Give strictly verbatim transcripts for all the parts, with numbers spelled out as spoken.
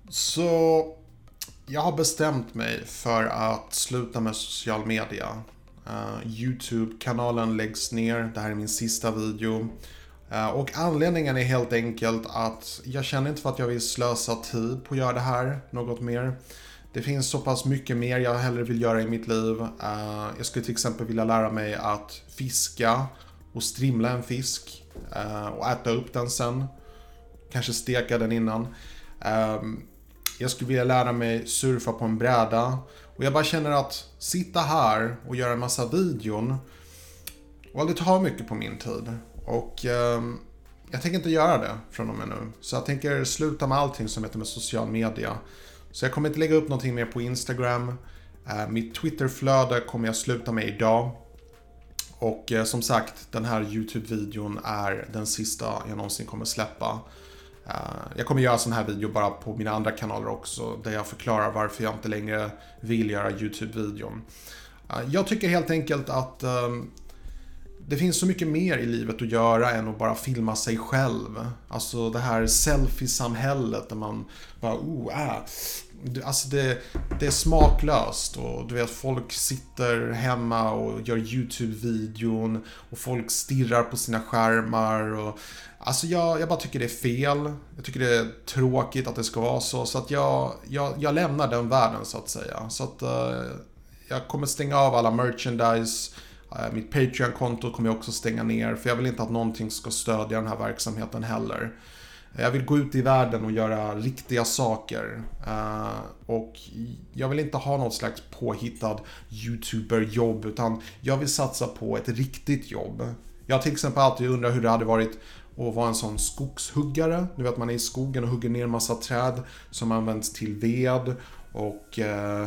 Så jag har bestämt mig för att sluta med social media. Uh, YouTube-kanalen läggs ner, det här är min sista video. Uh, och anledningen är helt enkelt att jag känner inte för att jag vill slösa tid på att göra det här något mer. Det finns så pass mycket mer jag hellre vill göra i mitt liv. Uh, jag skulle till exempel vilja lära mig att fiska och strimla en fisk uh, och äta upp den sen. Kanske steka den innan. Um, jag skulle vilja lära mig surfa på en bräda. Och jag bara känner att sitta här och göra en massa videon, och det tar mycket på min tid. Och um, jag tänker inte göra det från och med nu. Så jag tänker sluta med allting som heter med social media. Så jag kommer inte lägga upp någonting mer på Instagram. Uh, mitt Twitterflöde kommer jag sluta med idag. Och uh, som sagt, den här YouTube-videon är den sista jag någonsin kommer släppa. Uh, jag kommer göra sån här video bara på mina andra kanaler också, där jag förklarar varför jag inte längre vill göra YouTube-videon. Uh, jag tycker helt enkelt att um, det finns så mycket mer i livet att göra än att bara filma sig själv. Alltså det här selfie-samhället där man bara, oh, äh. Alltså det, det är smaklöst, och du vet, folk sitter hemma och gör YouTube-videon och folk stirrar på sina skärmar och alltså jag, jag bara tycker det är fel. Jag tycker det är tråkigt att det ska vara så, så att jag, jag, jag lämnar den världen så att säga. Så att uh, jag kommer stänga av alla merchandise. Uh, mitt Patreon-konto kommer jag också stänga ner, för jag vill inte att någonting ska stödja den här verksamheten heller. Jag vill gå ut i världen och göra riktiga saker. Uh, och jag vill inte ha något slags påhittad YouTuber-jobb, utan jag vill satsa på ett riktigt jobb. Jag har till exempel alltid undrat hur det hade varit att vara en sån skogshuggare. Du vet, man är i skogen och hugger ner en massa träd som används till ved och... Uh,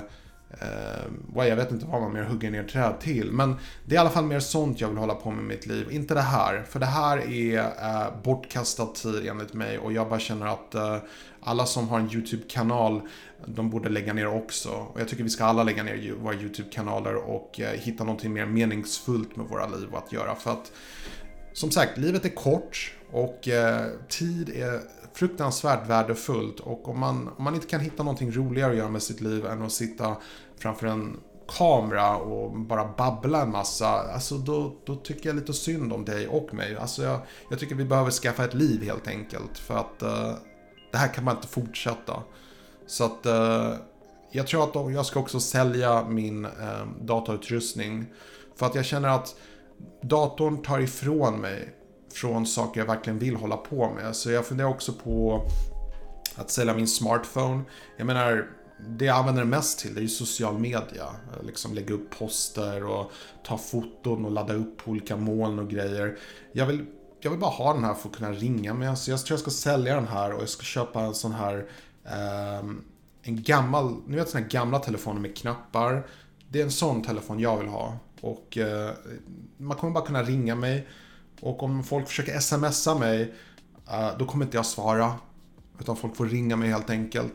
Uh, jag vet inte vad man mer hugger ner träd till, men det är i alla fall mer sånt jag vill hålla på med i mitt liv, inte det här, för det här är uh, bortkastad tid enligt mig, och jag bara känner att uh, alla som har en YouTube-kanal, de borde lägga ner också, och jag tycker vi ska alla lägga ner våra YouTube-kanaler och uh, hitta någonting mer meningsfullt med våra liv att göra, för att som sagt, livet är kort och uh, tid är fruktansvärt värdefullt, och om man, om man inte kan hitta någonting roligare att göra med sitt liv än att sitta framför en kamera och bara babbla en massa, alltså då, då tycker jag lite synd om dig och mig. Alltså jag, jag tycker vi behöver skaffa ett liv helt enkelt, för att uh, det här kan man inte fortsätta. Så att uh, jag tror att då, jag ska också sälja min uh, datorutrustning, för att jag känner att datorn tar ifrån mig från saker jag verkligen vill hålla på med. Så jag funderar också på att sälja min smartphone. Jag menar, det jag använder den mest till, det är ju social media. Liksom lägga upp poster och ta foton och ladda upp på olika moln och grejer. Jag vill, jag vill bara ha den här för att kunna ringa med. Så jag tror jag ska sälja den här, och jag ska köpa en sån här eh, en gammal, ni vet såna här gamla telefoner med knappar. Det är en sån telefon jag vill ha. Och eh, man kommer bara kunna ringa mig. Och om folk försöker smsa mig, uh, då kommer inte jag svara. Utan folk får ringa mig helt enkelt.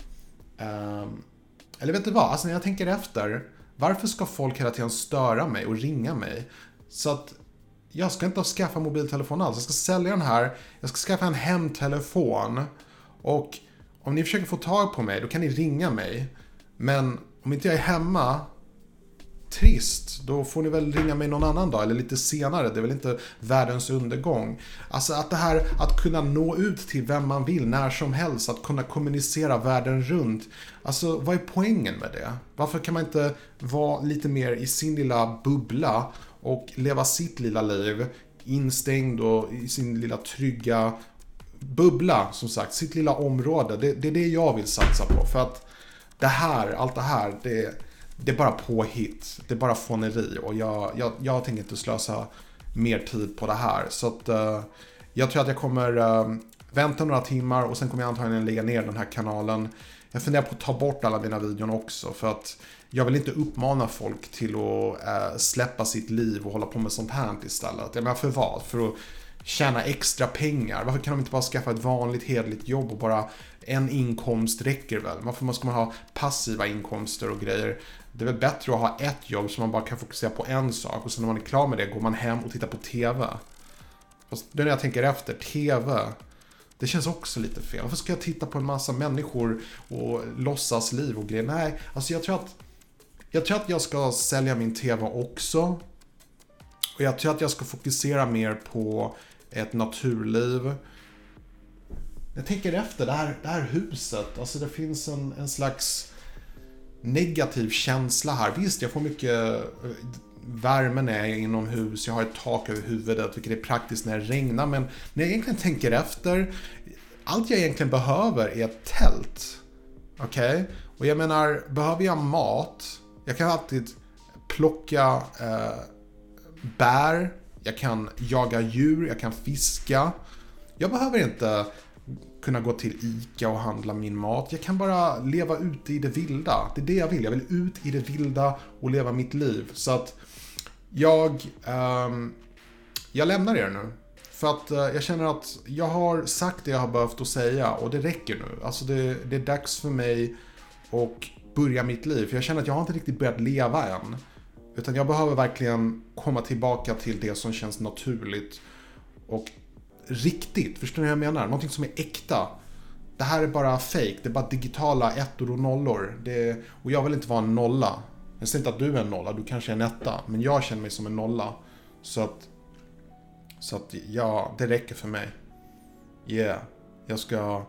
Um, eller vet du vad? Alltså när jag tänker efter. Varför ska folk hela tiden störa mig och ringa mig? Så att jag ska inte skaffa mobiltelefon alls. Jag ska sälja den här. Jag ska skaffa en hemtelefon. Och om ni försöker få tag på mig, då kan ni ringa mig. Men om inte jag är hemma... trist, då får ni väl ringa mig någon annan dag eller lite senare, det är väl inte världens undergång. Alltså att det här att kunna nå ut till vem man vill när som helst, att kunna kommunicera världen runt, alltså vad är poängen med det? Varför kan man inte vara lite mer i sin lilla bubbla och leva sitt lilla liv instängd och i sin lilla trygga bubbla, som sagt, sitt lilla område. Det, det är det jag vill satsa på, för att det här, allt det här, det Det är bara påhitt. Det är bara fåneri. Och jag, jag, jag tänker inte slösa mer tid på det här. Så att uh, jag tror att jag kommer uh, vänta några timmar. Och sen kommer jag antagligen lägga ner den här kanalen. Jag funderar på att ta bort alla mina videon också. För att jag vill inte uppmana folk till att uh, släppa sitt liv och hålla på med sånt här istället. Jag menar, för vad? För att tjäna extra pengar. Varför kan de inte bara skaffa ett vanligt hederligt jobb och bara en inkomst räcker väl? Varför måste man ha passiva inkomster och grejer? Det är väl bättre att ha ett jobb som man bara kan fokusera på en sak, och sen när man är klar med det går man hem och tittar på tv. Fast det är när jag tänker efter, tv, Det känns också lite fel. Varför ska jag titta på en massa människor och låtsas liv och grejer? Nej, alltså jag tror att jag tror att jag ska sälja min tv också. Och jag tror att jag ska fokusera mer på ett naturliv. Jag tänker efter, det här, det här huset, alltså det finns en, en slags negativ känsla här. Visst, jag får mycket värme när jag är inomhus, jag har ett tak över huvudet, vilket är praktiskt när det regnar, men när jag egentligen tänker efter, allt jag egentligen behöver är ett tält. Okej? Okay? Och jag menar, behöver jag mat, jag kan alltid plocka eh, bär, jag kan jaga djur, jag kan fiska. Jag behöver inte kunna gå till Ica och handla min mat. Jag kan bara leva ute i det vilda. Det är det jag vill. Jag vill ut i det vilda och leva mitt liv. Så att jag, um, jag lämnar er nu. För att uh, jag känner att jag har sagt det jag har behövt att säga och det räcker nu. Alltså det, det är dags för mig att börja mitt liv. För jag känner att jag har inte riktigt börjat leva än. Utan jag behöver verkligen komma tillbaka till det som känns naturligt och riktigt. Förstår ni vad jag menar? Någonting som är äkta. Det här är bara fake. Det är bara digitala ettor och nollor. Det, och jag vill inte vara en nolla. Jag säger inte att du är en nolla. Du kanske är en etta. Men jag känner mig som en nolla. Så att, så att ja, det räcker för mig. Yeah. Jag ska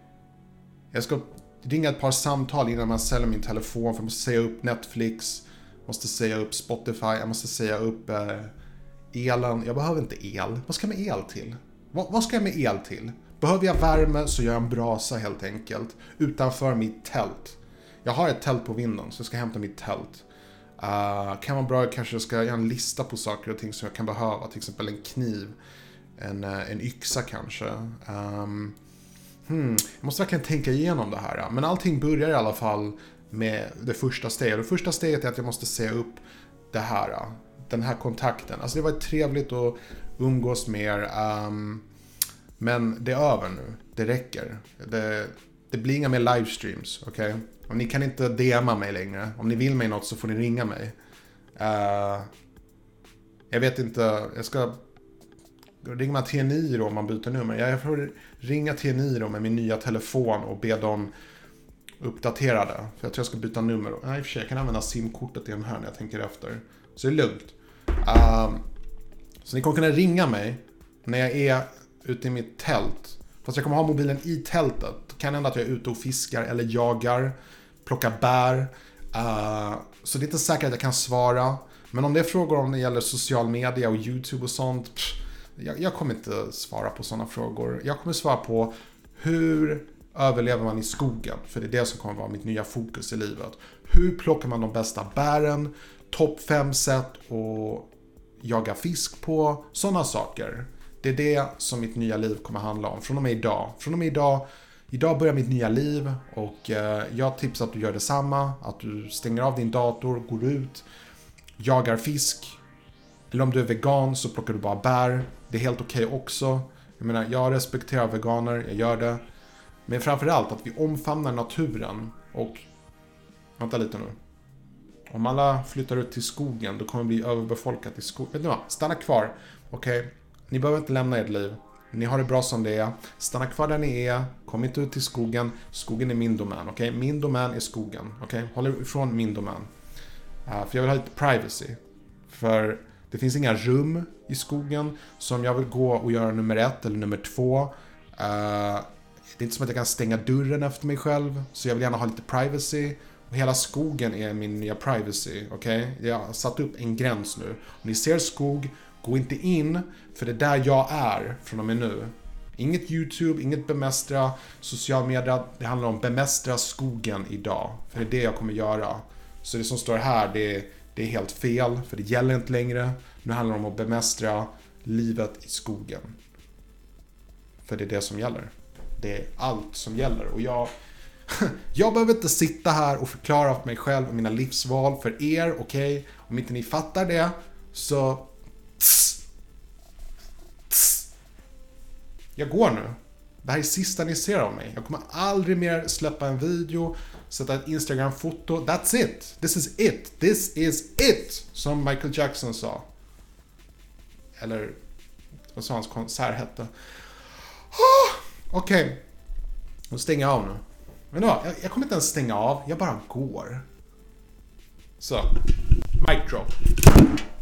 jag ska ringa ett par samtal innan man säljer min telefon. För jag måste säga upp Netflix. Jag måste säga upp Spotify. Jag måste säga upp eh, elen. Jag behöver inte el. Vad ska jag med el till? Vad, vad ska jag med el till? Behöver jag värme så gör jag en brasa helt enkelt. Utanför mitt tält. Jag har ett tält på vinden så jag ska hämta mitt tält. Uh, kan vara bra, kanske jag ska göra en lista på saker och ting som jag kan behöva. Till exempel en kniv. En, uh, en yxa kanske. Um, hmm, jag måste verkligen tänka igenom det här. Men allting börjar i alla fall med det första steget. Det första steget är att jag måste säga upp det här. Den här kontakten. Alltså det var trevligt att umgås med er. Um, men det är över nu. Det räcker. Det, det blir inga mer livestreams. Okej? Okay? Och ni kan inte D M:a mig längre. Om ni vill mig något så får ni ringa mig. Uh, jag vet inte. Jag ska ringa till Eniro om man byter nummer. Jag får ringa till Eniro med min nya telefon och be dem uppdatera det. För jag tror jag ska byta nummer. Nej, i och för sig, jag kan använda simkortet i den här när jag tänker efter. Så det är lugnt. Um, så ni kommer kunna ringa mig när jag är ute i mitt tält. Fast jag kommer ha mobilen i tältet. Det kan hända att jag är ute och fiskar eller jagar. Plockar bär. Uh, så det är inte säkert att jag kan svara. Men om det är frågor om det gäller social media och YouTube och sånt. Pff, jag, jag kommer inte svara på sådana frågor. Jag kommer svara på hur överlever man i skogen. För det är det som kommer vara mitt nya fokus i livet. Hur plockar man de bästa bären? Topp fem sätt och jaga fisk på. Sådana saker. Det är det som mitt nya liv kommer handla om. Från och med idag. Från och med idag. Idag börjar mitt nya liv. Och eh, jag tipsar att du gör detsamma. Att du stänger av din dator. Går ut. Jagar fisk. Eller om du är vegan så plockar du bara bär. Det är helt okej okay också. Jag menar, jag respekterar veganer. Jag gör det. Men framförallt att vi omfamnar naturen. Och vänta lite nu. Om alla flyttar ut till skogen, då kommer det bli överbefolkat i skogen. Vet ni vad? Stanna kvar. Okej? Okay? Ni behöver inte lämna ert liv. Ni har det bra som det är. Stanna kvar där ni är. Kom inte ut till skogen. Skogen är min domän. Okej? Okay? Min domän är skogen. Okej? Okay? Håll ifrån min domän. Uh, för jag vill ha lite privacy. För det finns inga rum i skogen som jag vill gå och göra nummer ett eller nummer två. Uh, det är inte som att jag kan stänga dörren efter mig själv. Så jag vill gärna ha lite privacy. Och hela skogen är min nya privacy, okej? Okay? Jag har satt upp en gräns nu. Om ni ser skog, gå inte in, för det är där jag är från och med nu. Inget YouTube, inget bemästra social media. Det handlar om bemästra skogen idag. För det är det jag kommer göra. Så det som står här, det är, det är helt fel, för det gäller inte längre. Nu handlar det om att bemästra livet i skogen. För det är det som gäller. Det är allt som gäller. Och jag... Jag behöver inte sitta här och förklara för mig själv och mina livsval för er, okej? Okay? Om inte ni fattar det, så... Tss. Tss. Jag går nu. Det här är sista ni ser av mig. Jag kommer aldrig mer släppa en video, sätta ett Instagram-foto. That's it. This is it. This is it. Som Michael Jackson sa. Eller vad sa hans konsert hette? Okej. Okay. Då stänger jag av nu. Men då, jag, jag kommer inte ens stänga av. Jag bara går. Så. Mic drop.